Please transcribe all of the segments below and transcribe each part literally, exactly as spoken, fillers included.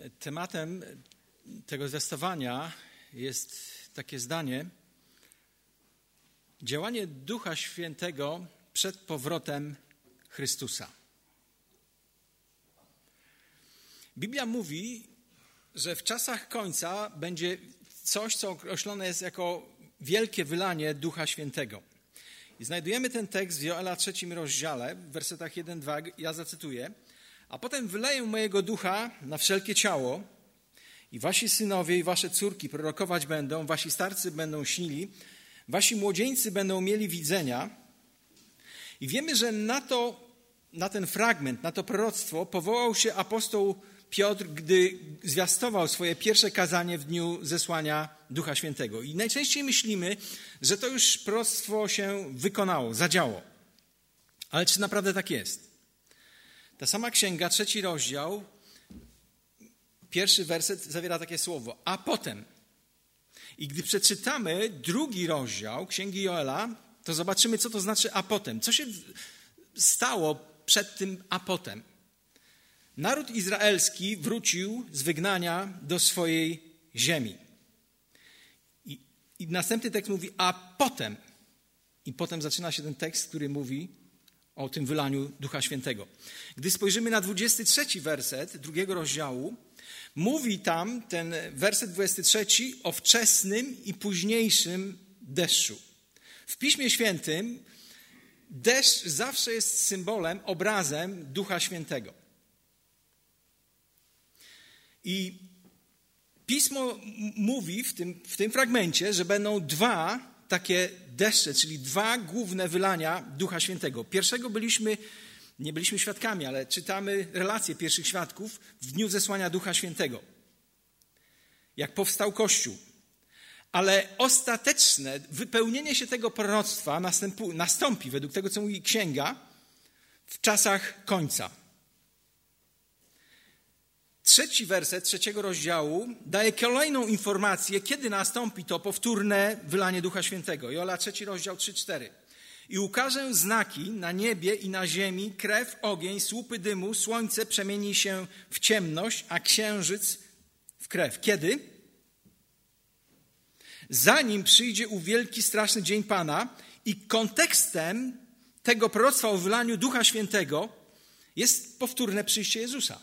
Tematem tego zwiastowania jest takie zdanie: działanie Ducha Świętego przed powrotem Chrystusa. Biblia mówi, że w czasach końca będzie coś, co określone jest jako wielkie wylanie Ducha Świętego. I znajdujemy ten tekst w Joela trzecim rozdziale, w wersetach jeden dwa, ja zacytuję. A potem wyleję mojego ducha na wszelkie ciało i wasi synowie i wasze córki prorokować będą, wasi starcy będą śnili, wasi młodzieńcy będą mieli widzenia. I wiemy, że na to, na ten fragment, na to proroctwo powołał się apostoł Piotr, gdy zwiastował swoje pierwsze kazanie w dniu zesłania Ducha Świętego. I najczęściej myślimy, że to już proroctwo się wykonało, zadziało. Ale czy naprawdę tak jest? Ta sama księga, trzeci rozdział, pierwszy werset zawiera takie słowo: a potem. I gdy przeczytamy drugi rozdział księgi Joela, to zobaczymy, co to znaczy a potem. Co się stało przed tym a potem? Naród izraelski wrócił z wygnania do swojej ziemi. I, i następny tekst mówi a potem. I potem zaczyna się ten tekst, który mówi o tym wylaniu Ducha Świętego. Gdy spojrzymy na dwudziesty trzeci werset drugiego rozdziału, mówi tam ten werset dwudziesty trzeci o wczesnym i późniejszym deszczu. W Piśmie Świętym deszcz zawsze jest symbolem, obrazem Ducha Świętego. I Pismo mówi w tym, w tym fragmencie, że będą dwa takie deszcze, czyli dwa główne wylania Ducha Świętego. Pierwszego byliśmy, nie byliśmy świadkami, ale czytamy relacje pierwszych świadków w dniu zesłania Ducha Świętego. Jak powstał Kościół. Ale ostateczne wypełnienie się tego proroctwa następu, nastąpi, według tego, co mówi Księga, w czasach końca. Trzeci werset trzeciego rozdziału daje kolejną informację, kiedy nastąpi to powtórne wylanie Ducha Świętego. Joela trzeci rozdział trzy cztery. I ukażę znaki na niebie i na ziemi, krew, ogień, słupy dymu, słońce przemieni się w ciemność, a księżyc w krew. Kiedy? Zanim przyjdzie ów wielki, straszny dzień Pana. I kontekstem tego proroctwa o wylaniu Ducha Świętego jest powtórne przyjście Jezusa.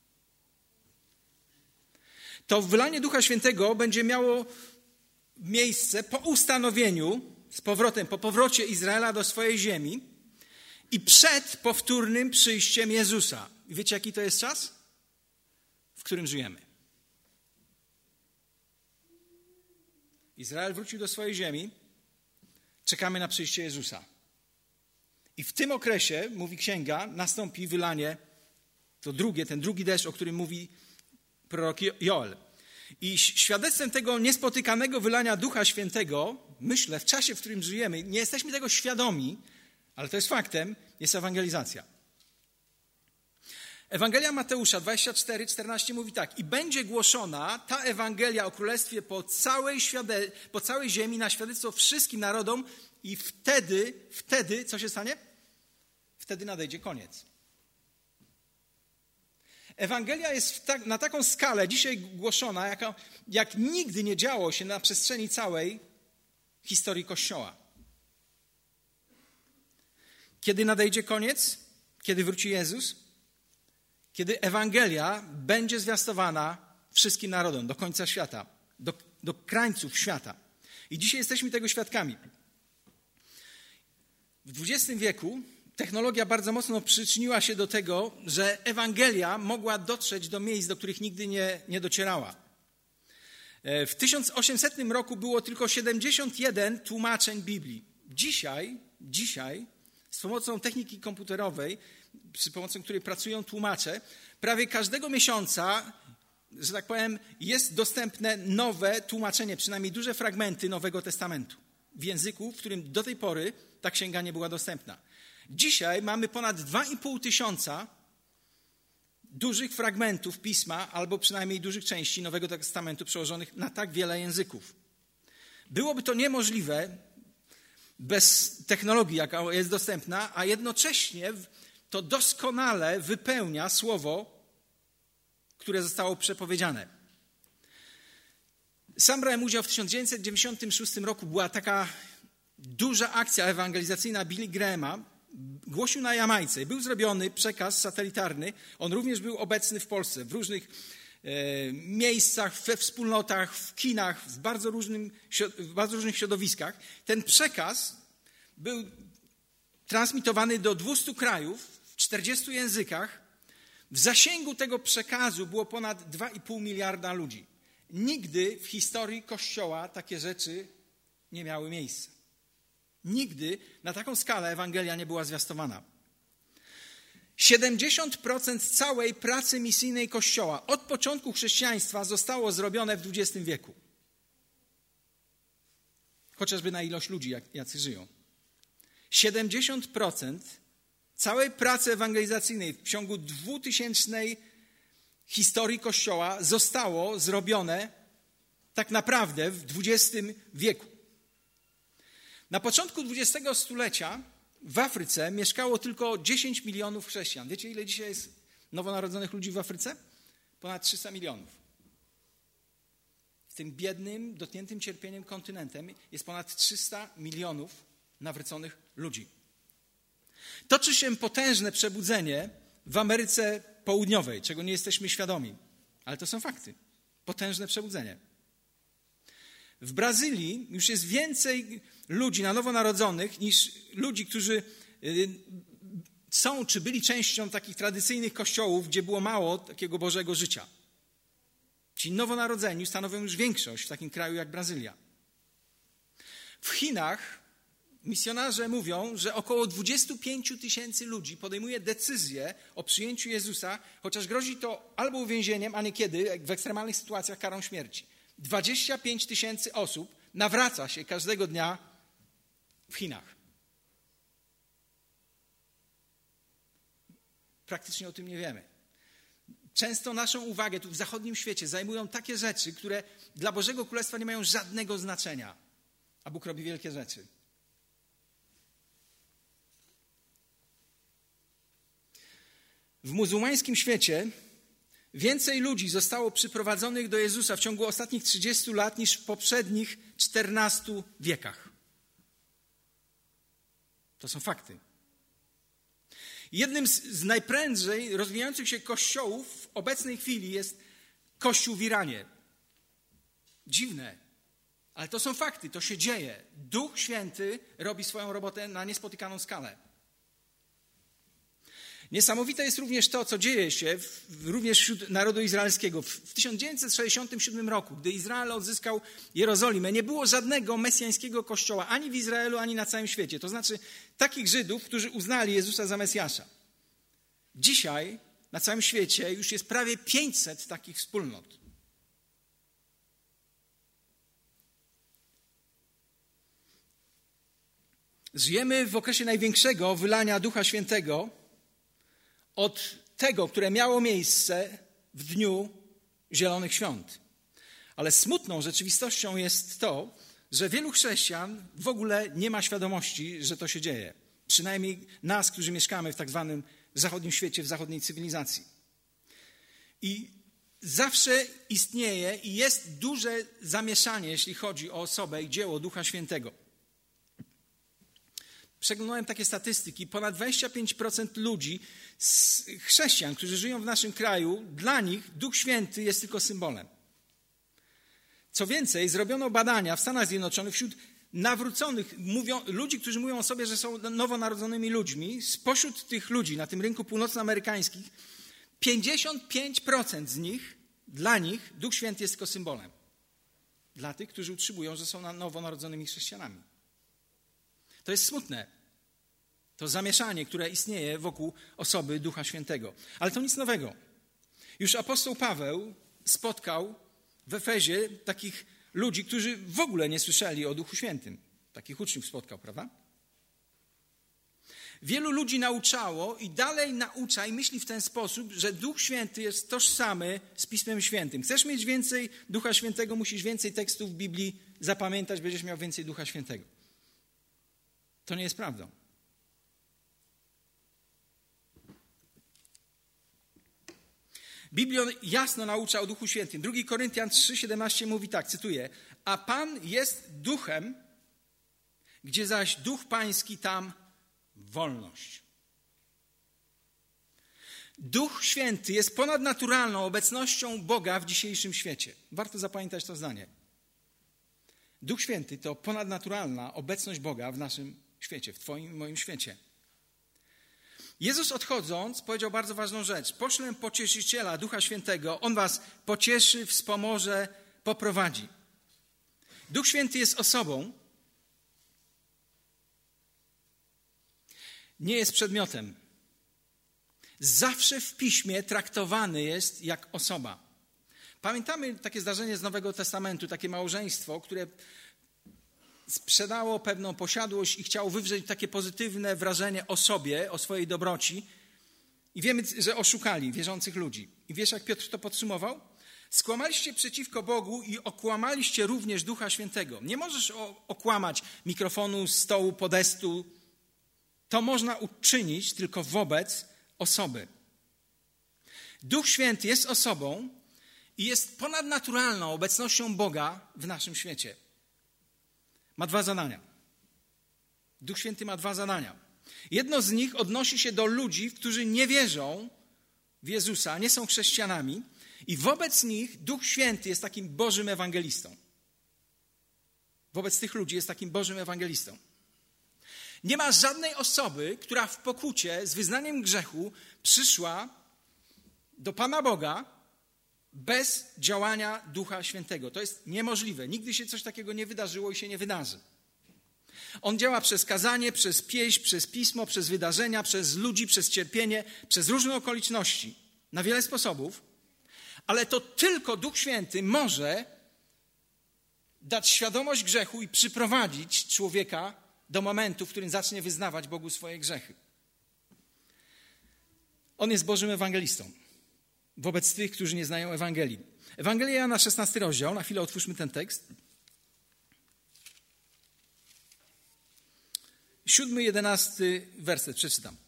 To wylanie Ducha Świętego będzie miało miejsce po ustanowieniu, z powrotem, po powrocie Izraela do swojej ziemi i przed powtórnym przyjściem Jezusa. I wiecie, jaki to jest czas? W którym żyjemy. Izrael wrócił do swojej ziemi, czekamy na przyjście Jezusa. I w tym okresie, mówi Księga, nastąpi wylanie, to drugie, ten drugi deszcz, o którym mówi prorok Joel. I świadectwem tego niespotykanego wylania Ducha Świętego, myślę, w czasie, w którym żyjemy, nie jesteśmy tego świadomi, ale to jest faktem, jest ewangelizacja. Ewangelia Mateusza dwadzieścia cztery czternaście mówi tak: i będzie głoszona ta Ewangelia o Królestwie po całej, świade- po całej ziemi na świadectwo wszystkim narodom i wtedy, wtedy, co się stanie? Wtedy nadejdzie koniec. Ewangelia jest tak, na taką skalę dzisiaj głoszona, jaka, jak nigdy nie działo się na przestrzeni całej historii Kościoła. Kiedy nadejdzie koniec? Kiedy wróci Jezus? Kiedy Ewangelia będzie zwiastowana wszystkim narodom, do końca świata, do, do krańców świata. I dzisiaj jesteśmy tego świadkami. W dwudziestym wieku technologia bardzo mocno przyczyniła się do tego, że Ewangelia mogła dotrzeć do miejsc, do których nigdy nie, nie docierała. W tysiąc osiemsetnym roku było tylko siedemdziesiąt jeden tłumaczeń Biblii. Dzisiaj, dzisiaj z pomocą techniki komputerowej, przy pomocą której pracują tłumacze, prawie każdego miesiąca, że tak powiem, jest dostępne nowe tłumaczenie, przynajmniej duże fragmenty Nowego Testamentu w języku, w którym do tej pory ta księga nie była dostępna. Dzisiaj mamy ponad dwa i pół tysiąca dużych fragmentów Pisma, albo przynajmniej dużych części Nowego Testamentu przełożonych na tak wiele języków. Byłoby to niemożliwe bez technologii, jaka jest dostępna, a jednocześnie to doskonale wypełnia słowo, które zostało przepowiedziane. Sam brałem udział w tysiąc dziewięćset dziewięćdziesiątym szóstym roku. Była taka duża akcja ewangelizacyjna Billy Grahama. Głosił na Jamajce. Był zrobiony przekaz satelitarny. On również był obecny w Polsce, w różnych e, miejscach, we wspólnotach, w kinach, w bardzo, różnym, w bardzo różnych środowiskach. Ten przekaz był transmitowany do dwustu krajów, w czterdziestu językach. W zasięgu tego przekazu było ponad dwa i pół miliarda ludzi. Nigdy w historii Kościoła takie rzeczy nie miały miejsca. Nigdy na taką skalę Ewangelia nie była zwiastowana. siedemdziesiąt procent całej pracy misyjnej Kościoła od początku chrześcijaństwa zostało zrobione w dwudziestym wieku. Chociażby na ilość ludzi, jak, jacy żyją. siedemdziesiąt procent całej pracy ewangelizacyjnej w ciągu dwutysięcznej historii Kościoła zostało zrobione tak naprawdę w dwudziestym wieku. Na początku dwudziestego stulecia w Afryce mieszkało tylko dziesięć milionów chrześcijan. Wiecie, ile dzisiaj jest nowonarodzonych ludzi w Afryce? Ponad trzysta milionów. W tym biednym, dotkniętym cierpieniem kontynentem jest ponad trzysta milionów nawróconych ludzi. Toczy się potężne przebudzenie w Ameryce Południowej, czego nie jesteśmy świadomi. Ale to są fakty. Potężne przebudzenie. W Brazylii już jest więcej ludzi na nowo narodzonych niż ludzi, którzy są czy byli częścią takich tradycyjnych kościołów, gdzie było mało takiego Bożego życia. Ci nowonarodzeni stanowią już większość w takim kraju jak Brazylia. W Chinach misjonarze mówią, że około dwadzieścia pięć tysięcy ludzi podejmuje decyzję o przyjęciu Jezusa, chociaż grozi to albo uwięzieniem, a niekiedy w ekstremalnych sytuacjach karą śmierci. dwadzieścia pięć tysięcy osób nawraca się każdego dnia w Chinach. Praktycznie o tym nie wiemy. Często naszą uwagę tu w zachodnim świecie zajmują takie rzeczy, które dla Bożego Królestwa nie mają żadnego znaczenia, a Bóg robi wielkie rzeczy. W muzułmańskim świecie więcej ludzi zostało przyprowadzonych do Jezusa w ciągu ostatnich trzydziestu lat niż w poprzednich czternastu wiekach. To są fakty. Jednym z, z najprędzej rozwijających się kościołów w obecnej chwili jest kościół w Iranie. Dziwne, ale to są fakty, to się dzieje. Duch Święty robi swoją robotę na niespotykaną skalę. Niesamowite jest również to, co dzieje się w, również wśród narodu izraelskiego. W, w tysiąc dziewięćset sześćdziesiątym siódmym roku, gdy Izrael odzyskał Jerozolimę, nie było żadnego mesjańskiego kościoła ani w Izraelu, ani na całym świecie. To znaczy takich Żydów, którzy uznali Jezusa za Mesjasza. Dzisiaj na całym świecie już jest prawie pięćset takich wspólnot. Żyjemy w okresie największego wylania Ducha Świętego od tego, które miało miejsce w dniu Zielonych Świąt. Ale smutną rzeczywistością jest to, że wielu chrześcijan w ogóle nie ma świadomości, że to się dzieje. Przynajmniej nas, którzy mieszkamy w tak zwanym zachodnim świecie, w zachodniej cywilizacji. I zawsze istnieje i jest duże zamieszanie, jeśli chodzi o osobę i dzieło Ducha Świętego. Przeglądałem takie statystyki. Ponad dwadzieścia pięć procent ludzi, chrześcijan, którzy żyją w naszym kraju, dla nich Duch Święty jest tylko symbolem. Co więcej, zrobiono badania w Stanach Zjednoczonych wśród nawróconych, mówią, ludzi, którzy mówią o sobie, że są nowonarodzonymi ludźmi. Spośród tych ludzi na tym rynku północnoamerykańskim pięćdziesiąt pięć procent z nich, dla nich Duch Święty jest tylko symbolem. Dla tych, którzy utrzymują, że są nowonarodzonymi chrześcijanami. To jest smutne. To zamieszanie, które istnieje wokół osoby Ducha Świętego. Ale to nic nowego. Już apostoł Paweł spotkał w Efezie takich ludzi, którzy w ogóle nie słyszeli o Duchu Świętym. Takich uczniów spotkał, prawda? Wielu ludzi nauczało i dalej naucza i myśli w ten sposób, że Duch Święty jest tożsamy z Pismem Świętym. Chcesz mieć więcej Ducha Świętego, musisz więcej tekstów w Biblii zapamiętać, będziesz miał więcej Ducha Świętego. To nie jest prawdą. Biblia jasno naucza o Duchu Świętym. drugi Koryntian trzy siedemnaście mówi tak, cytuję: a Pan jest duchem, gdzie zaś duch pański, tam wolność. Duch Święty jest ponadnaturalną obecnością Boga w dzisiejszym świecie. Warto zapamiętać to zdanie. Duch Święty to ponadnaturalna obecność Boga w naszym świecie, w twoim i moim świecie. Jezus odchodząc powiedział bardzo ważną rzecz. Poślę Pocieszyciela, Ducha Świętego. On was pocieszy, wspomoże, poprowadzi. Duch Święty jest osobą. Nie jest przedmiotem. Zawsze w Piśmie traktowany jest jak osoba. Pamiętamy takie zdarzenie z Nowego Testamentu, takie małżeństwo, które sprzedało pewną posiadłość i chciało wywrzeć takie pozytywne wrażenie o sobie, o swojej dobroci. I wiemy, że oszukali wierzących ludzi. I wiesz, jak Piotr to podsumował? Skłamaliście przeciwko Bogu i okłamaliście również Ducha Świętego. Nie możesz okłamać mikrofonu, stołu, podestu. To można uczynić tylko wobec osoby. Duch Święty jest osobą i jest ponadnaturalną obecnością Boga w naszym świecie. Ma dwa zadania. Duch Święty ma dwa zadania. Jedno z nich odnosi się do ludzi, którzy nie wierzą w Jezusa, nie są chrześcijanami i wobec nich Duch Święty jest takim Bożym ewangelistą. Wobec tych ludzi jest takim Bożym ewangelistą. Nie ma żadnej osoby, która w pokucie z wyznaniem grzechu przyszła do Pana Boga bez działania Ducha Świętego. To jest niemożliwe. Nigdy się coś takiego nie wydarzyło i się nie wydarzy. On działa przez kazanie, przez pieśń, przez pismo, przez wydarzenia, przez ludzi, przez cierpienie, przez różne okoliczności, na wiele sposobów, ale to tylko Duch Święty może dać świadomość grzechu i przyprowadzić człowieka do momentu, w którym zacznie wyznawać Bogu swoje grzechy. On jest Bożym ewangelistą wobec tych, którzy nie znają Ewangelii. Ewangelia Jana, szesnasty rozdział, na chwilę otwórzmy ten tekst. Siódmy, jedenasty werset, przeczytam.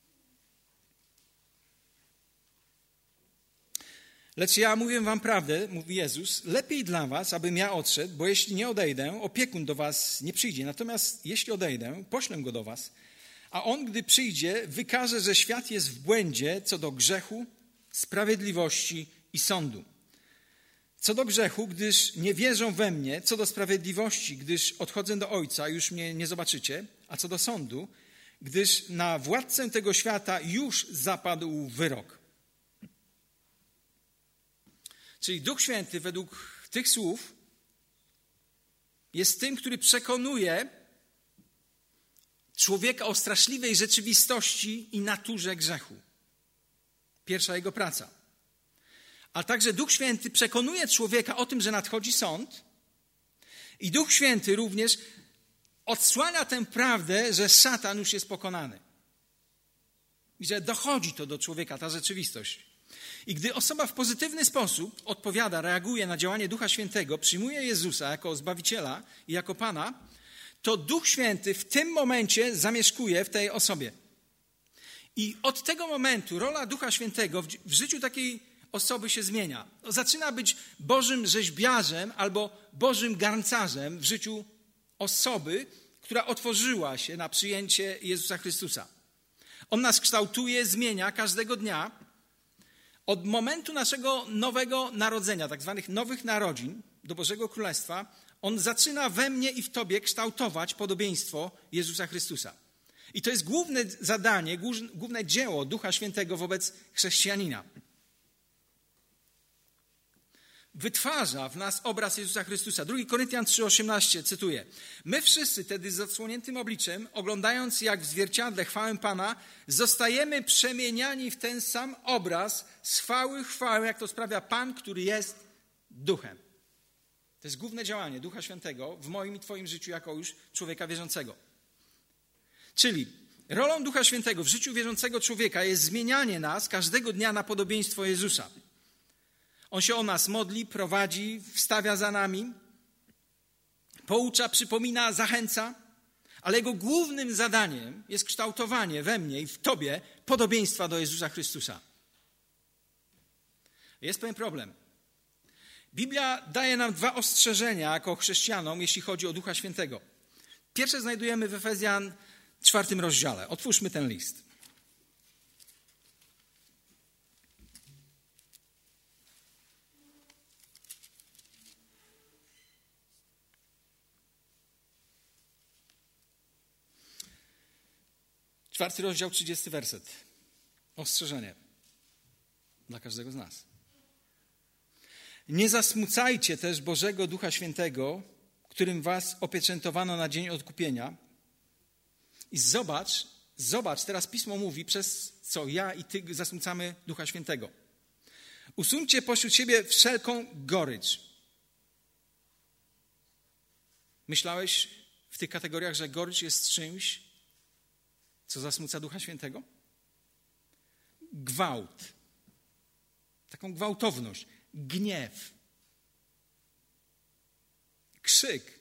Lecz ja mówię wam prawdę, mówi Jezus, lepiej dla was, abym ja odszedł, bo jeśli nie odejdę, opiekun do was nie przyjdzie. Natomiast jeśli odejdę, poślę go do was, a on, gdy przyjdzie, wykaże, że świat jest w błędzie co do grzechu, sprawiedliwości i sądu. Co do grzechu, gdyż nie wierzą we mnie, co do sprawiedliwości, gdyż odchodzę do Ojca, już mnie nie zobaczycie, a co do sądu, gdyż na władcę tego świata już zapadł wyrok. Czyli Duch Święty według tych słów jest tym, który przekonuje człowieka o straszliwej rzeczywistości i naturze grzechu. Pierwsza jego praca. A także Duch Święty przekonuje człowieka o tym, że nadchodzi sąd i Duch Święty również odsłania tę prawdę, że szatan już jest pokonany. I że dochodzi to do człowieka, ta rzeczywistość. I gdy osoba w pozytywny sposób odpowiada, reaguje na działanie Ducha Świętego, przyjmuje Jezusa jako Zbawiciela i jako Pana, to Duch Święty w tym momencie zamieszkuje w tej osobie. I od tego momentu rola Ducha Świętego w, w życiu takiej osoby się zmienia. Zaczyna być Bożym rzeźbiarzem albo Bożym garncarzem w życiu osoby, która otworzyła się na przyjęcie Jezusa Chrystusa. On nas kształtuje, zmienia każdego dnia. Od momentu naszego nowego narodzenia, tak zwanych nowych narodzin do Bożego Królestwa, On zaczyna we mnie i w tobie kształtować podobieństwo Jezusa Chrystusa. I to jest główne zadanie, główne dzieło Ducha Świętego wobec chrześcijanina. Wytwarza w nas obraz Jezusa Chrystusa. drugi Koryntian trzy osiemnaście, cytuję. My wszyscy tedy z odsłoniętym obliczem, oglądając jak w zwierciadle chwałę Pana, zostajemy przemieniani w ten sam obraz z chwały chwały, jak to sprawia Pan, który jest Duchem. To jest główne działanie Ducha Świętego w moim i twoim życiu jako już człowieka wierzącego. Czyli rolą Ducha Świętego w życiu wierzącego człowieka jest zmienianie nas każdego dnia na podobieństwo Jezusa. On się o nas modli, prowadzi, wstawia za nami, poucza, przypomina, zachęca, ale jego głównym zadaniem jest kształtowanie we mnie i w tobie podobieństwa do Jezusa Chrystusa. Jest pewien problem. Biblia daje nam dwa ostrzeżenia jako chrześcijanom, jeśli chodzi o Ducha Świętego. Pierwsze znajdujemy w Efezjan czwartym rozdziale. Otwórzmy ten list. Czwarty rozdział, trzydziesty werset. Ostrzeżenie dla każdego z nas. Nie zasmucajcie też Bożego Ducha Świętego, którym was opieczętowano na dzień odkupienia. I zobacz, zobacz, teraz Pismo mówi, przez co ja i ty zasmucamy Ducha Świętego. Usuńcie pośród siebie wszelką gorycz. Myślałeś w tych kategoriach, że gorycz jest czymś, co zasmuca Ducha Świętego? Gwałt. Taką gwałtowność. Gniew. Krzyk.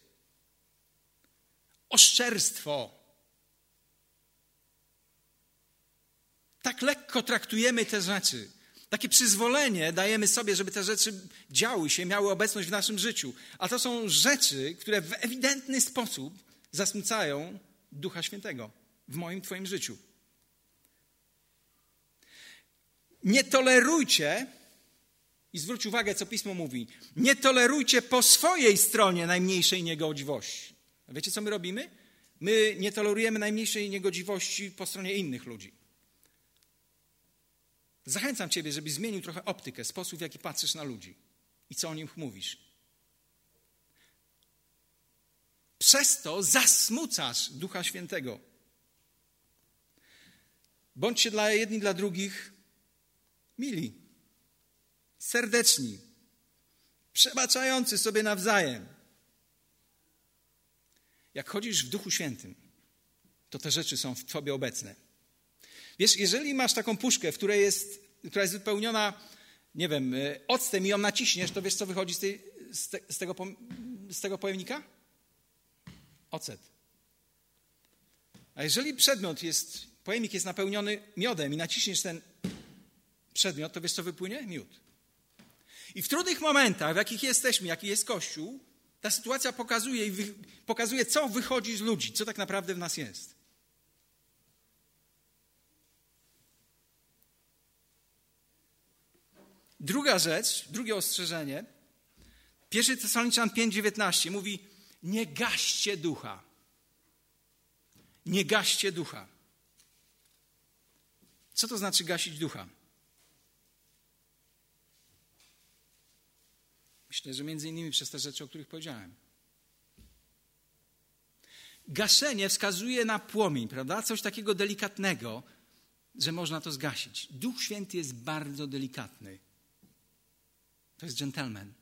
Oszczerstwo. Tak lekko traktujemy te rzeczy. Takie przyzwolenie dajemy sobie, żeby te rzeczy działy się, miały obecność w naszym życiu. A to są rzeczy, które w ewidentny sposób zasmucają Ducha Świętego w moim, twoim życiu. Nie tolerujcie, i zwróć uwagę, co Pismo mówi, nie tolerujcie po swojej stronie najmniejszej niegodziwości. A wiecie, co my robimy? My nie tolerujemy najmniejszej niegodziwości po stronie innych ludzi. Zachęcam ciebie, żebyś zmienił trochę optykę, sposób, w jaki patrzysz na ludzi i co o nich mówisz. Przez to zasmucasz Ducha Świętego. Bądźcie dla jedni, dla drugich mili, serdeczni, przebaczający sobie nawzajem. Jak chodzisz w Duchu Świętym, to te rzeczy są w tobie obecne. Wiesz, jeżeli masz taką puszkę, w której jest, która jest wypełniona, nie wiem, octem i ją naciśniesz, to wiesz, co wychodzi z, tej, z, te, z, tego, z tego pojemnika? Ocet. A jeżeli przedmiot jest, pojemnik jest napełniony miodem i naciśniesz ten przedmiot, to wiesz, co wypłynie? Miód. I w trudnych momentach, w jakich jesteśmy, jaki jest Kościół, ta sytuacja pokazuje, i wy, pokazuje, co wychodzi z ludzi, co tak naprawdę w nas jest. Druga rzecz, drugie ostrzeżenie, pierwszy Tesaloniczan pięć dziewiętnaście mówi, nie gaście ducha. Nie gaście ducha. Co to znaczy gasić ducha? Myślę, że między innymi przez te rzeczy, o których powiedziałem. Gaszenie wskazuje na płomień, prawda? Coś takiego delikatnego, że można to zgasić. Duch Święty jest bardzo delikatny. To jest dżentelmen.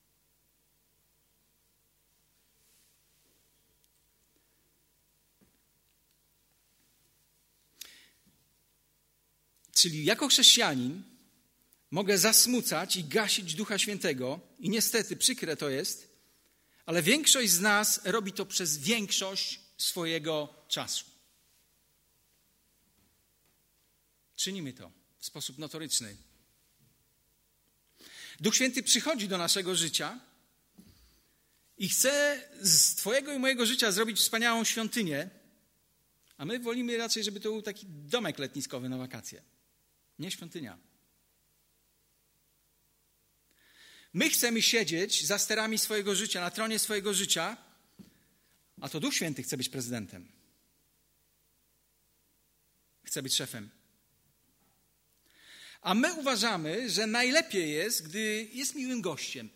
Czyli jako chrześcijanin mogę zasmucać i gasić Ducha Świętego i niestety przykre to jest, ale większość z nas robi to przez większość swojego czasu. Czynimy to w sposób notoryczny. Duch Święty przychodzi do naszego życia i chce z twojego i mojego życia zrobić wspaniałą świątynię, a my wolimy raczej, żeby to był taki domek letniskowy na wakacje, nie świątynia. My chcemy siedzieć za sterami swojego życia, na tronie swojego życia, a to Duch Święty chce być prezydentem. Chce być szefem. A my uważamy, że najlepiej jest, gdy jest miłym gościem.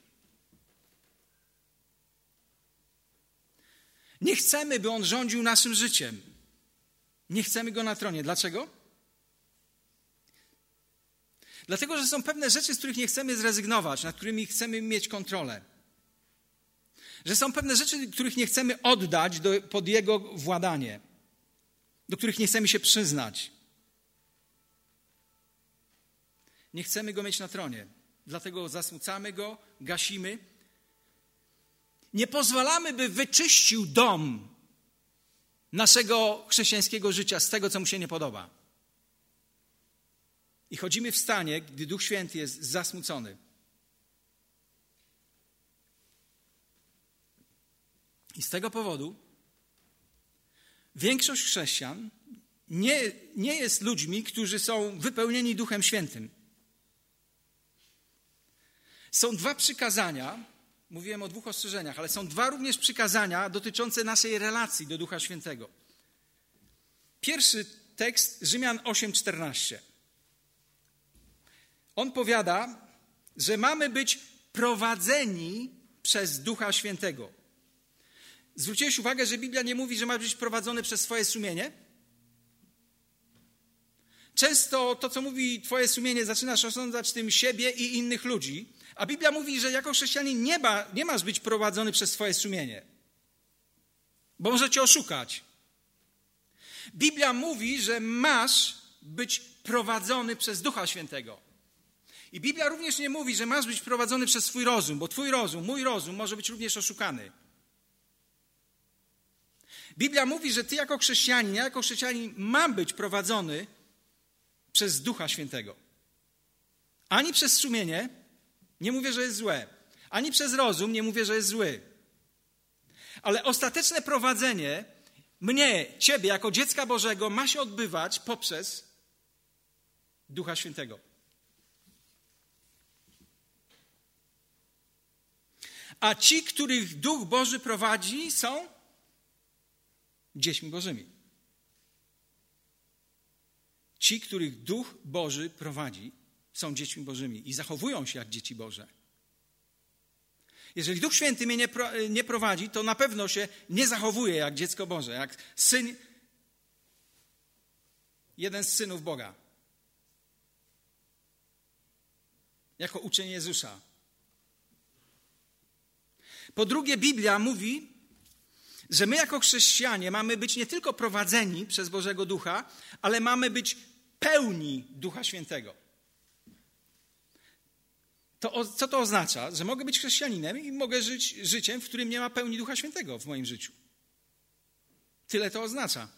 Nie chcemy, by on rządził naszym życiem. Nie chcemy go na tronie. Dlaczego? Dlatego, że są pewne rzeczy, z których nie chcemy zrezygnować, nad którymi chcemy mieć kontrolę. Że są pewne rzeczy, których nie chcemy oddać do, pod jego władanie, do których nie chcemy się przyznać. Nie chcemy go mieć na tronie, dlatego zasmucamy go, gasimy. Nie pozwalamy, by wyczyścił dom naszego chrześcijańskiego życia z tego, co mu się nie podoba. I chodzimy w stanie, gdy Duch Święty jest zasmucony. I z tego powodu większość chrześcijan nie, nie jest ludźmi, którzy są wypełnieni Duchem Świętym. Są dwa przykazania, mówiłem o dwóch ostrzeżeniach, ale są dwa również przykazania dotyczące naszej relacji do Ducha Świętego. Pierwszy tekst, Rzymian osiem czternaście. On powiada, że mamy być prowadzeni przez Ducha Świętego. Zwróciłeś uwagę, że Biblia nie mówi, że ma być prowadzony przez swoje sumienie? Często to, co mówi twoje sumienie, zaczynasz osądzać tym siebie i innych ludzi, a Biblia mówi, że jako chrześcijanin nie, ma, nie masz być prowadzony przez swoje sumienie, bo może cię oszukać. Biblia mówi, że masz być prowadzony przez Ducha Świętego. I Biblia również nie mówi, że masz być prowadzony przez swój rozum, bo twój rozum, mój rozum może być również oszukany. Biblia mówi, że ty jako chrześcijanin, ja jako chrześcijanin mam być prowadzony przez Ducha Świętego. Ani przez sumienie, nie mówię, że jest złe, ani przez rozum, nie mówię, że jest zły. Ale ostateczne prowadzenie mnie, ciebie, jako dziecka Bożego ma się odbywać poprzez Ducha Świętego. A ci, których Duch Boży prowadzi, są dziećmi Bożymi. Ci, których Duch Boży prowadzi, są dziećmi Bożymi i zachowują się jak dzieci Boże. Jeżeli Duch Święty mnie nie, pro, nie prowadzi, to na pewno się nie zachowuje jak dziecko Boże, jak syn, jeden z synów Boga. Jako uczeń Jezusa. Po drugie, Biblia mówi, że my jako chrześcijanie mamy być nie tylko prowadzeni przez Bożego Ducha, ale mamy być pełni Ducha Świętego. To, co to oznacza? Że mogę być chrześcijaninem i mogę żyć życiem, w którym nie ma pełni Ducha Świętego w moim życiu. Tyle to oznacza.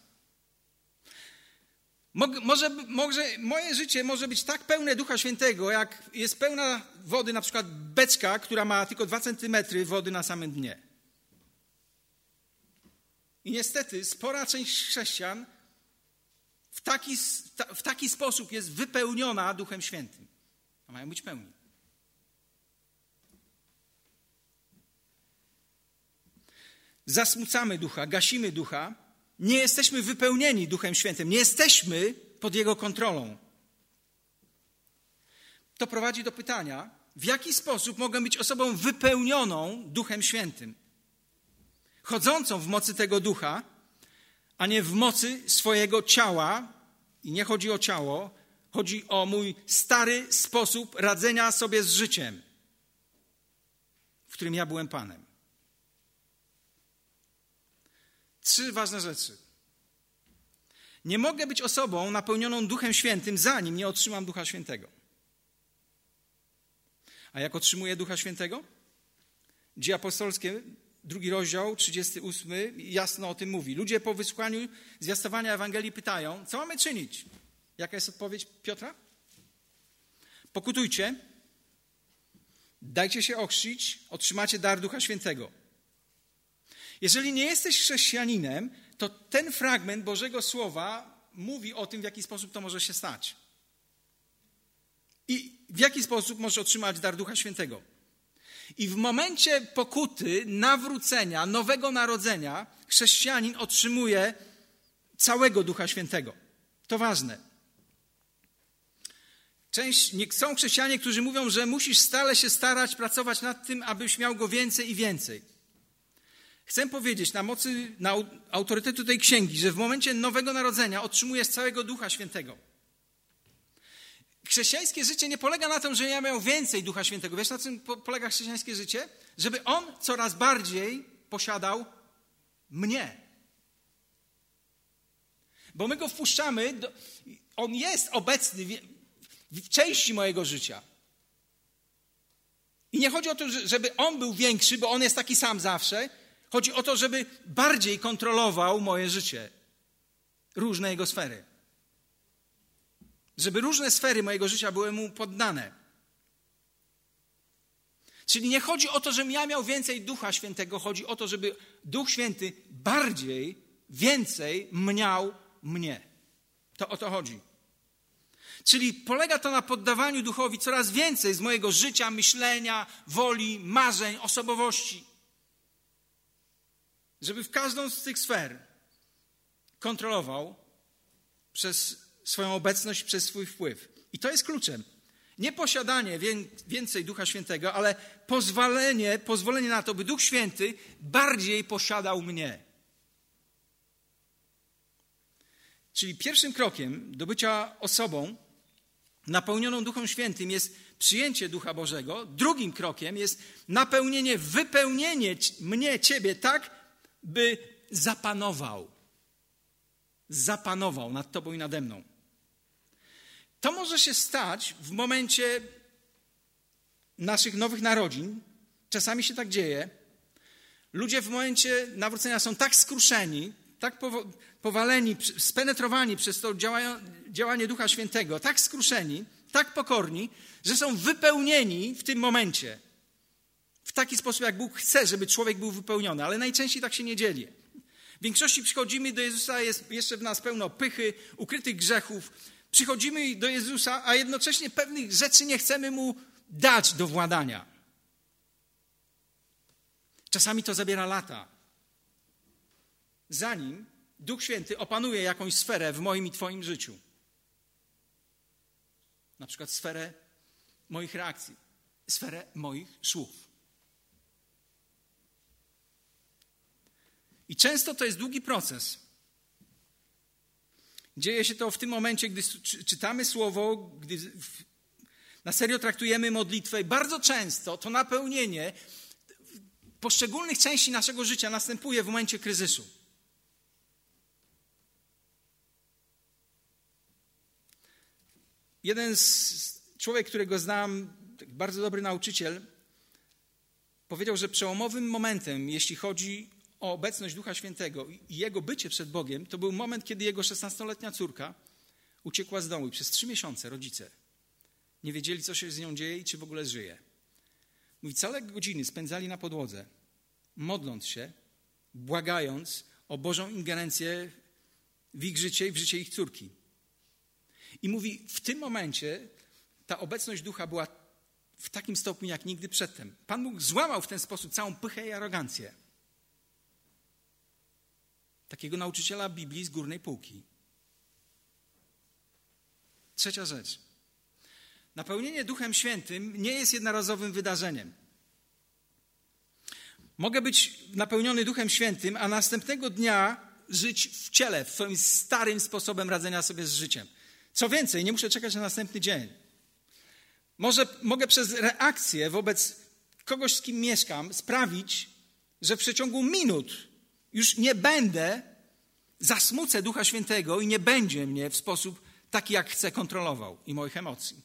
Może, może, moje życie może być tak pełne Ducha Świętego, jak jest pełna wody, na przykład beczka, która ma tylko dwa centymetry wody na samym dnie. I niestety spora część chrześcijan w taki, w taki sposób jest wypełniona Duchem Świętym. A mają być pełni. Zasmucamy Ducha, gasimy Ducha. Nie jesteśmy wypełnieni Duchem Świętym. Nie jesteśmy pod Jego kontrolą. To prowadzi do pytania, w jaki sposób mogę być osobą wypełnioną Duchem Świętym? Chodzącą w mocy tego Ducha, a nie w mocy swojego ciała. I nie chodzi o ciało, chodzi o mój stary sposób radzenia sobie z życiem, w którym ja byłem Panem. Trzy ważne rzeczy. Nie mogę być osobą napełnioną Duchem Świętym, zanim nie otrzymam Ducha Świętego. A jak otrzymuję Ducha Świętego? Dzieje apostolskie, drugi rozdział, trzydziesty ósmy, jasno o tym mówi. Ludzie po wysłuchaniu zwiastowania Ewangelii pytają, co mamy czynić? Jaka jest odpowiedź Piotra? Pokutujcie, dajcie się ochrzcić, otrzymacie dar Ducha Świętego. Jeżeli nie jesteś chrześcijaninem, to ten fragment Bożego Słowa mówi o tym, w jaki sposób to może się stać. I w jaki sposób możesz otrzymać dar Ducha Świętego. I w momencie pokuty, nawrócenia, nowego narodzenia, chrześcijanin otrzymuje całego Ducha Świętego. To ważne. Część, nie, są chrześcijanie, którzy mówią, że musisz stale się starać, pracować nad tym, abyś miał go więcej i więcej. Chcę powiedzieć na mocy, na autorytetu tej księgi, że w momencie nowego narodzenia otrzymujesz całego Ducha Świętego. Chrześcijańskie życie nie polega na tym, że ja miał więcej Ducha Świętego. Wiesz, na czym polega chrześcijańskie życie? Żeby On coraz bardziej posiadał mnie. Bo my Go wpuszczamy, do, On jest obecny w, w części mojego życia. I nie chodzi o to, żeby On był większy, bo On jest taki sam zawsze. Chodzi o to, żeby bardziej kontrolował moje życie. Różne jego sfery. żeby różne sfery mojego życia były mu poddane. Czyli nie chodzi o to, żebym ja miał więcej Ducha Świętego, chodzi o to, żeby Duch Święty bardziej, więcej mniał mnie. To o to chodzi. Czyli polega to na poddawaniu Duchowi coraz więcej z mojego życia, myślenia, woli, marzeń, osobowości. Żeby w każdą z tych sfer kontrolował przez swoją obecność, przez swój wpływ. I to jest kluczem. Nie posiadanie więcej Ducha Świętego, ale pozwolenie, pozwolenie na to, by Duch Święty bardziej posiadał mnie. Czyli pierwszym krokiem do bycia osobą napełnioną Duchem Świętym jest przyjęcie Ducha Bożego. Drugim krokiem jest napełnienie, wypełnienie mnie, ciebie tak, by zapanował. Zapanował nad tobą i nade mną. To może się stać w momencie naszych nowych narodzin. Czasami się tak dzieje. Ludzie w momencie nawrócenia są tak skruszeni, tak powaleni, spenetrowani przez to działanie Ducha Świętego, tak skruszeni, tak pokorni, że są wypełnieni w tym momencie. W taki sposób, jak Bóg chce, żeby człowiek był wypełniony. Ale najczęściej tak się nie dzieje. W większości przychodzimy do Jezusa, jest jeszcze w nas pełno pychy, ukrytych grzechów. Przychodzimy do Jezusa, a jednocześnie pewnych rzeczy nie chcemy Mu dać do władania. Czasami to zabiera lata. Zanim Duch Święty opanuje jakąś sferę w moim i Twoim życiu. Na przykład sferę moich reakcji, sferę moich słów. I często to jest długi proces. Dzieje się to w tym momencie, gdy czytamy Słowo, gdy na serio traktujemy modlitwę. I bardzo często to napełnienie poszczególnych części naszego życia następuje w momencie kryzysu. Jeden z człowiek, którego znam, bardzo dobry nauczyciel, powiedział, że przełomowym momentem, jeśli chodzi o obecność Ducha Świętego i jego bycie przed Bogiem, to był moment, kiedy jego szesnastoletnia córka uciekła z domu i przez trzy miesiące rodzice nie wiedzieli, co się z nią dzieje i czy w ogóle żyje. Mówi, całe godziny spędzali na podłodze, modląc się, błagając o Bożą ingerencję w ich życie i w życie ich córki. I mówi, w tym momencie ta obecność Ducha była w takim stopniu, jak nigdy przedtem. Pan Bóg złamał w ten sposób całą pychę i arogancję takiego nauczyciela Biblii z górnej półki. Trzecia rzecz. Napełnienie Duchem Świętym nie jest jednorazowym wydarzeniem. Mogę być napełniony Duchem Świętym, a następnego dnia żyć w ciele, w swoim starym sposobem radzenia sobie z życiem. Co więcej, nie muszę czekać na następny dzień. Może mogę przez reakcję wobec kogoś, z kim mieszkam, sprawić, że w przeciągu minut już nie będę, zasmucę Ducha Świętego i nie będzie mnie w sposób taki, jak chcę, kontrolował i moich emocji.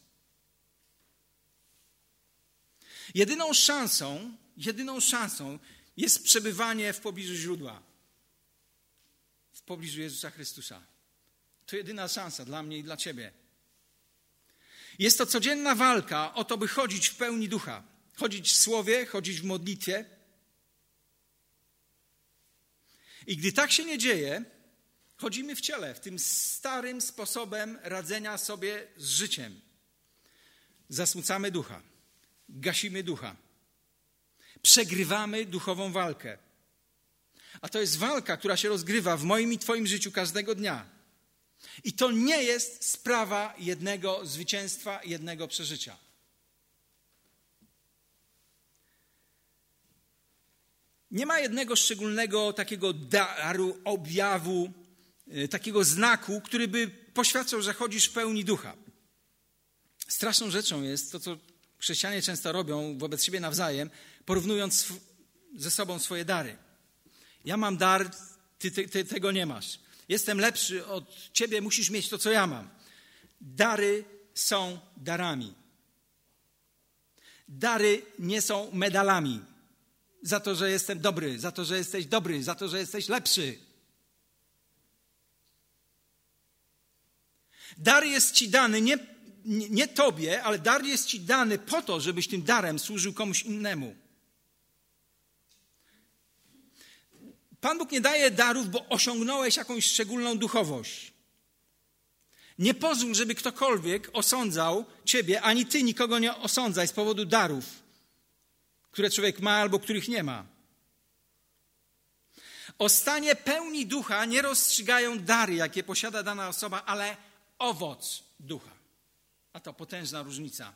Jedyną szansą, jedyną szansą jest przebywanie w pobliżu źródła. W pobliżu Jezusa Chrystusa. To jedyna szansa dla mnie i dla ciebie. Jest to codzienna walka o to, by chodzić w pełni Ducha. Chodzić w Słowie, chodzić w modlitwie. I gdy tak się nie dzieje, chodzimy w ciele, w tym starym sposobem radzenia sobie z życiem. Zasmucamy Ducha, gasimy Ducha, przegrywamy duchową walkę. A to jest walka, która się rozgrywa w moim i Twoim życiu każdego dnia. I to nie jest sprawa jednego zwycięstwa, jednego przeżycia. Nie ma jednego szczególnego takiego daru, objawu, takiego znaku, który by poświadczał, że chodzisz w pełni Ducha. Straszną rzeczą jest to, co chrześcijanie często robią wobec siebie nawzajem, porównując ze sobą swoje dary. Ja mam dar, ty, ty, ty tego nie masz. Jestem lepszy od ciebie, musisz mieć to, co ja mam. Dary są darami. Dary nie są medalami. Za to, że jestem dobry, za to, że jesteś dobry, za to, że jesteś lepszy. Dar jest ci dany nie, nie, nie tobie, ale dar jest ci dany po to, żebyś tym darem służył komuś innemu. Pan Bóg nie daje darów, bo osiągnąłeś jakąś szczególną duchowość. Nie pozwól, żeby ktokolwiek osądzał ciebie, ani ty nikogo nie osądzaj z powodu darów, które człowiek ma albo których nie ma. O stanie pełni ducha nie rozstrzygają dary, jakie posiada dana osoba, ale owoc ducha. A to potężna różnica.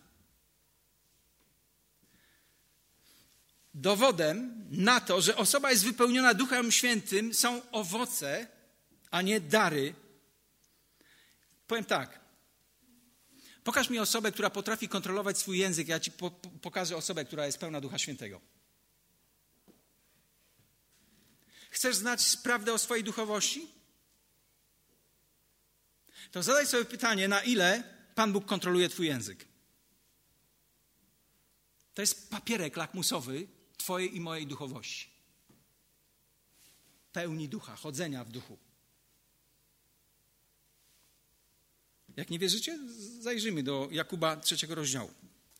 Dowodem na to, że osoba jest wypełniona Duchem Świętym, są owoce, a nie dary. Powiem tak. Pokaż mi osobę, która potrafi kontrolować swój język. Ja ci po- pokażę osobę, która jest pełna Ducha Świętego. Chcesz znać prawdę o swojej duchowości? To zadaj sobie pytanie, na ile Pan Bóg kontroluje twój język. To jest papierek lakmusowy twojej i mojej duchowości. Pełni ducha, chodzenia w duchu. Jak nie wierzycie, zajrzyjmy do Jakuba trzeciego rozdziału.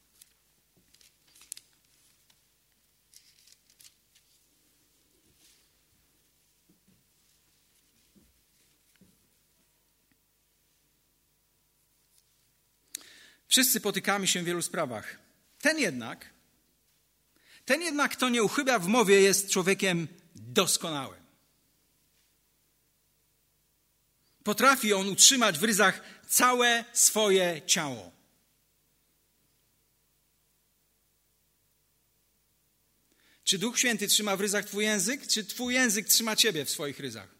Wszyscy potykamy się w wielu sprawach. Ten jednak, ten jednak, kto nie uchybia w mowie, jest człowiekiem doskonałym. Potrafi on utrzymać w ryzach całe swoje ciało. Czy Duch Święty trzyma w ryzach twój język, czy twój język trzyma ciebie w swoich ryzach?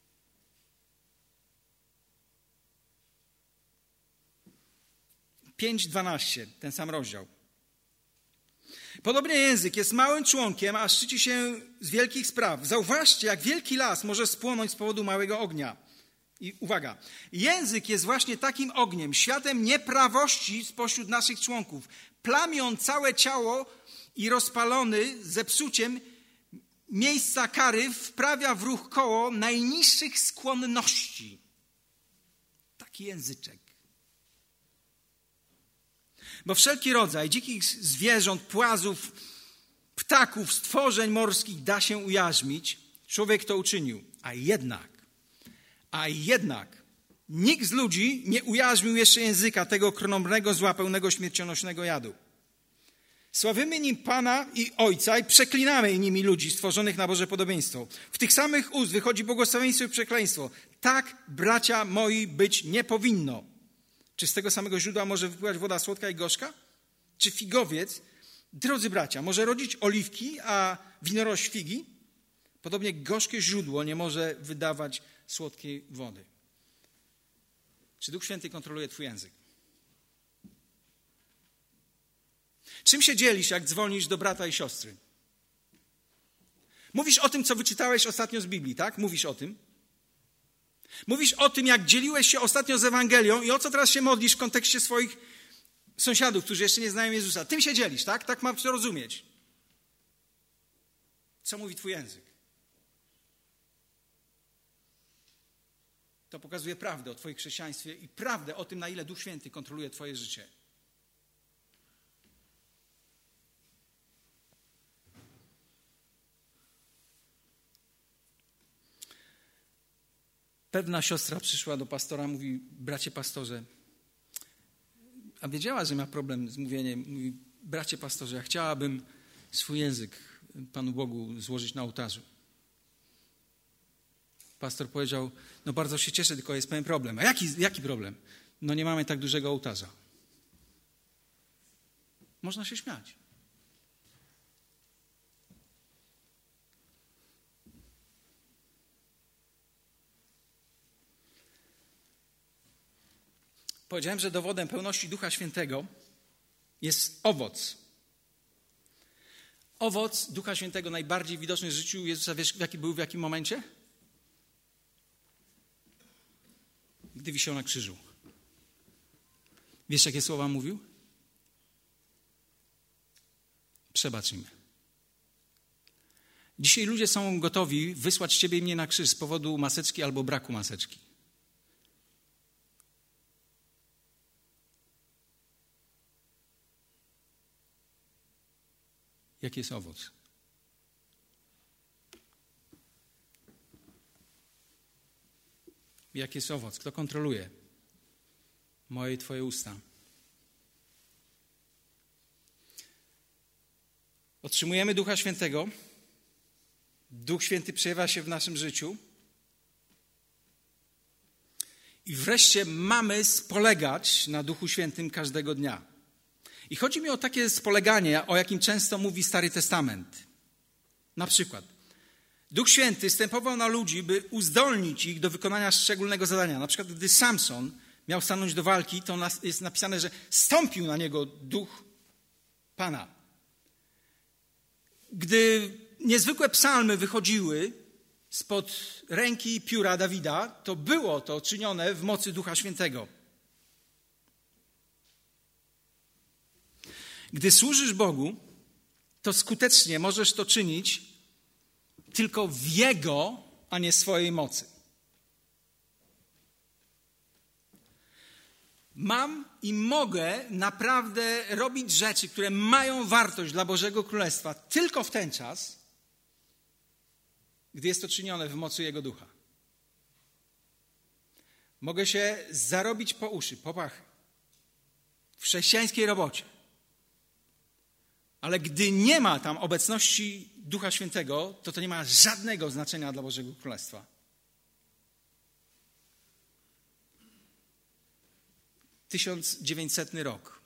pięć dwanaście, ten sam rozdział. Podobnie język jest małym członkiem, a szczyci się z wielkich spraw. Zauważcie, jak wielki las może spłonąć z powodu małego ognia. I uwaga, język jest właśnie takim ogniem, światem nieprawości spośród naszych członków. Plami on całe ciało i rozpalony zepsuciem miejsca kary wprawia w ruch koło najniższych skłonności. Taki języczek. Bo wszelki rodzaj dzikich zwierząt, płazów, ptaków, stworzeń morskich da się ujarzmić. Człowiek to uczynił. A jednak, a jednak nikt z ludzi nie ujarzmił jeszcze języka tego okropnego zła, pełnego śmiercionośnego jadu. Sławimy nim Pana i Ojca i przeklinamy nimi ludzi stworzonych na Boże podobieństwo. W tych samych ust wychodzi błogosławieństwo i przekleństwo. Tak, bracia moi, być nie powinno. Czy z tego samego źródła może wypływać woda słodka i gorzka? Czy figowiec, drodzy bracia, może rodzić oliwki, a winorość figi? Podobnie gorzkie źródło nie może wydawać słodkiej wody. Czy Duch Święty kontroluje twój język? Czym się dzielisz, jak dzwonisz do brata i siostry? Mówisz o tym, co wyczytałeś ostatnio z Biblii, tak? Mówisz o tym. Mówisz o tym, jak dzieliłeś się ostatnio z Ewangelią i o co teraz się modlisz w kontekście swoich sąsiadów, którzy jeszcze nie znają Jezusa. Tym się dzielisz, tak? Tak mam to rozumieć. Co mówi twój język? To pokazuje prawdę o twoim chrześcijaństwie i prawdę o tym, na ile Duch Święty kontroluje twoje życie. Pewna siostra przyszła do pastora, mówi: bracie pastorze, a wiedziała, że ma problem z mówieniem. Mówi: bracie pastorze, ja chciałabym swój język Panu Bogu złożyć na ołtarzu. Pastor powiedział: no bardzo się cieszę, tylko jest pewien problem. A jaki, jaki problem? No nie mamy tak dużego ołtarza. Można się śmiać. Powiedziałem, że dowodem pełności Ducha Świętego jest owoc. Owoc Ducha Świętego najbardziej widoczny w życiu Jezusa, wiesz, jaki był w jakim momencie? Gdy wisiał na krzyżu. Wiesz, jakie słowa mówił? Przebacz im. Dzisiaj ludzie są gotowi wysłać ciebie i mnie na krzyż z powodu maseczki albo braku maseczki. Jaki jest owoc? Jaki jest owoc? Kto kontroluje moje i twoje usta? Otrzymujemy Ducha Świętego. Duch Święty przejawia się w naszym życiu. I wreszcie mamy spolegać na Duchu Świętym każdego dnia. I chodzi mi o takie spoleganie, o jakim często mówi Stary Testament. Na przykład, Duch Święty stępował na ludzi, by uzdolnić ich do wykonania szczególnego zadania. Na przykład, gdy Samson miał stanąć do walki, to jest napisane, że stąpił na niego Duch Pana. Gdy niezwykłe psalmy wychodziły spod ręki i pióra Dawida, to było to czynione w mocy Ducha Świętego. Gdy służysz Bogu, to skutecznie możesz to czynić tylko w Jego, a nie swojej mocy. Mam i mogę naprawdę robić rzeczy, które mają wartość dla Bożego Królestwa tylko w ten czas, gdy jest to czynione w mocy Jego Ducha. Mogę się zarobić po uszy, po pachy w chrześcijańskiej robocie. Ale gdy nie ma tam obecności Ducha Świętego, to to nie ma żadnego znaczenia dla Bożego Królestwa. tysiąc dziewięćsetny rok.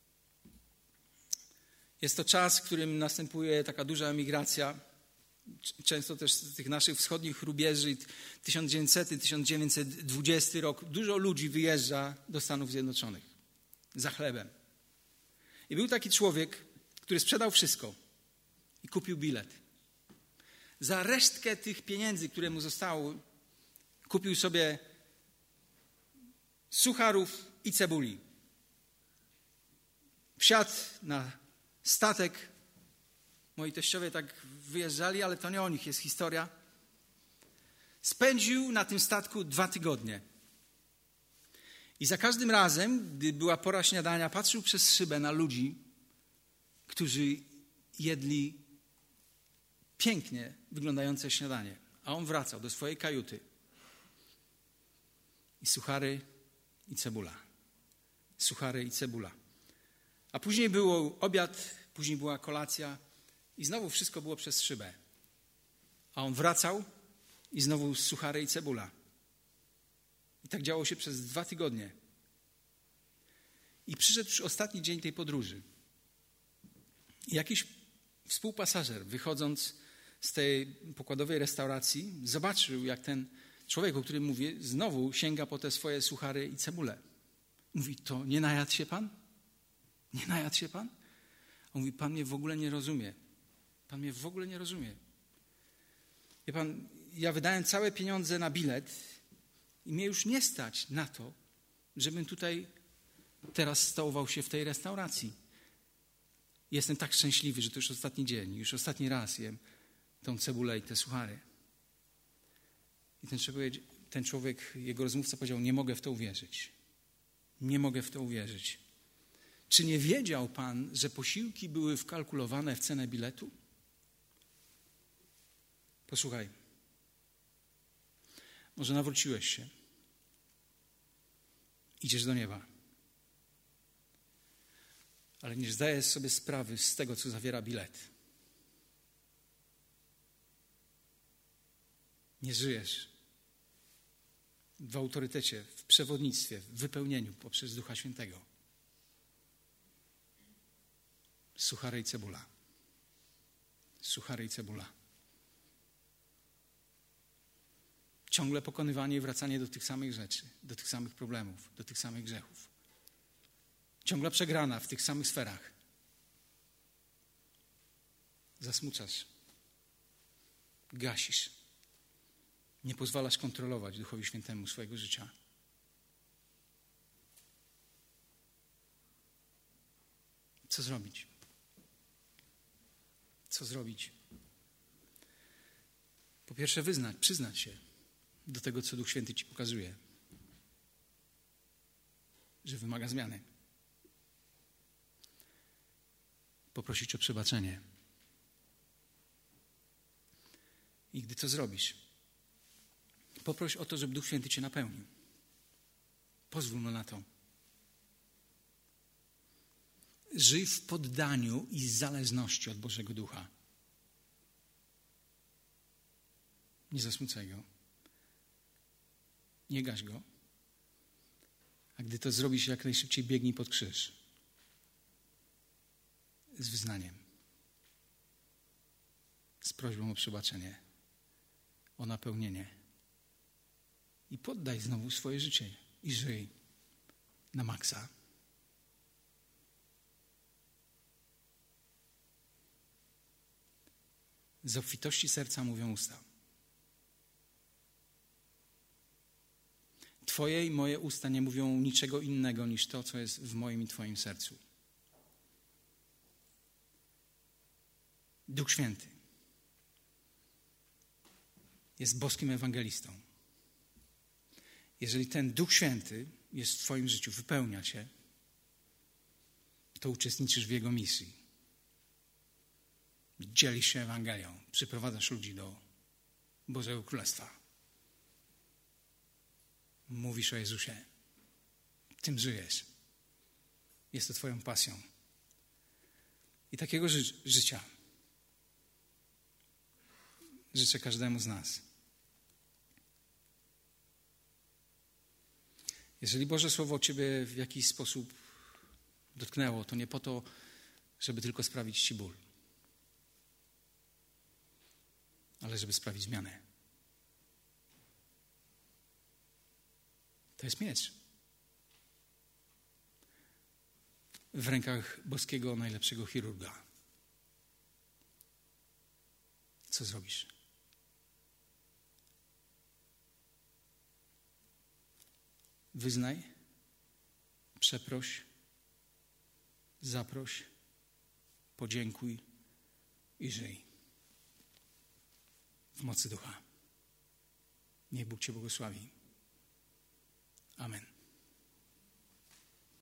Jest to czas, w którym następuje taka duża emigracja. Często też z tych naszych wschodnich rubieży. tysiąc dziewięćsetny do tysiąc dziewięćset dwudziestego rok. Dużo ludzi wyjeżdża do Stanów Zjednoczonych za chlebem. I był taki człowiek, który sprzedał wszystko i kupił bilet. Za resztkę tych pieniędzy, które mu zostały, kupił sobie sucharów i cebuli. Wsiadł na statek. Moi teściowie tak wyjeżdżali, ale to nie o nich jest historia. Spędził na tym statku dwa tygodnie. I za każdym razem, gdy była pora śniadania, patrzył przez szybę na ludzi, którzy jedli pięknie wyglądające śniadanie. A on wracał do swojej kajuty. I suchary i cebula. Suchary i cebula. A później był obiad, później była kolacja i znowu wszystko było przez szybę. A on wracał i znowu suchary i cebula. I tak działo się przez dwa tygodnie. I przyszedł już ostatni dzień tej podróży. I jakiś współpasażer, wychodząc z tej pokładowej restauracji, zobaczył, jak ten człowiek, o którym mówię, znowu sięga po te swoje suchary i cebulę. Mówi, to nie najadł się pan? Nie najadł się pan? On mówi, pan mnie w ogóle nie rozumie. Pan mnie w ogóle nie rozumie. Wie pan, ja wydałem całe pieniądze na bilet i mnie już nie stać na to, żebym tutaj teraz stołował się w tej restauracji. Jestem tak szczęśliwy, że to już ostatni dzień, już ostatni raz jem tą cebulę i te suchary. I ten człowiek, ten człowiek, jego rozmówca powiedział, nie mogę w to uwierzyć. Nie mogę w to uwierzyć. Czy nie wiedział pan, że posiłki były wkalkulowane w cenę biletu? Posłuchaj. Może nawróciłeś się. Idziesz do nieba. Ale nie zdajesz sobie sprawy z tego, co zawiera bilet. Nie żyjesz w autorytecie, w przewodnictwie, w wypełnieniu poprzez Ducha Świętego. Suchary i cebula. Suchary i cebula. Ciągle pokonywanie i wracanie do tych samych rzeczy, do tych samych problemów, do tych samych grzechów. Ciągle przegrana w tych samych sferach. Zasmucasz. Gasisz. Nie pozwalasz kontrolować Duchowi Świętemu swojego życia. Co zrobić? Co zrobić? Po pierwsze wyznać, przyznać się do tego, co Duch Święty ci pokazuje. Że wymaga zmiany. Poprosić o przebaczenie. I gdy to zrobisz, poproś o to, żeby Duch Święty cię napełnił. Pozwól mu na to. Żyj w poddaniu i zależności od Bożego Ducha. Nie zasmucaj Go. Nie gaś Go. A gdy to zrobisz, jak najszybciej biegnij pod krzyż. Z wyznaniem. Z prośbą o przebaczenie. O napełnienie. I poddaj znowu swoje życie. I żyj na maksa. Z obfitości serca mówią usta. Twoje i moje usta nie mówią niczego innego niż to, co jest w moim i Twoim sercu. Duch Święty jest boskim ewangelistą. Jeżeli ten Duch Święty jest w Twoim życiu, wypełnia Cię, to uczestniczysz w Jego misji. Dzielisz się Ewangelią, przyprowadzasz ludzi do Bożego Królestwa. Mówisz o Jezusie. Tym żyjesz. Jest to Twoją pasją. I takiego ży- życia życzę każdemu z nas. Jeżeli Boże Słowo Ciebie w jakiś sposób dotknęło, to nie po to, żeby tylko sprawić Ci ból, ale żeby sprawić zmianę. To jest miecz. W rękach boskiego najlepszego chirurga. Co zrobisz? Wyznaj, przeproś, zaproś, podziękuj i żyj. W mocy Ducha. Niech Bóg Cię błogosławi. Amen.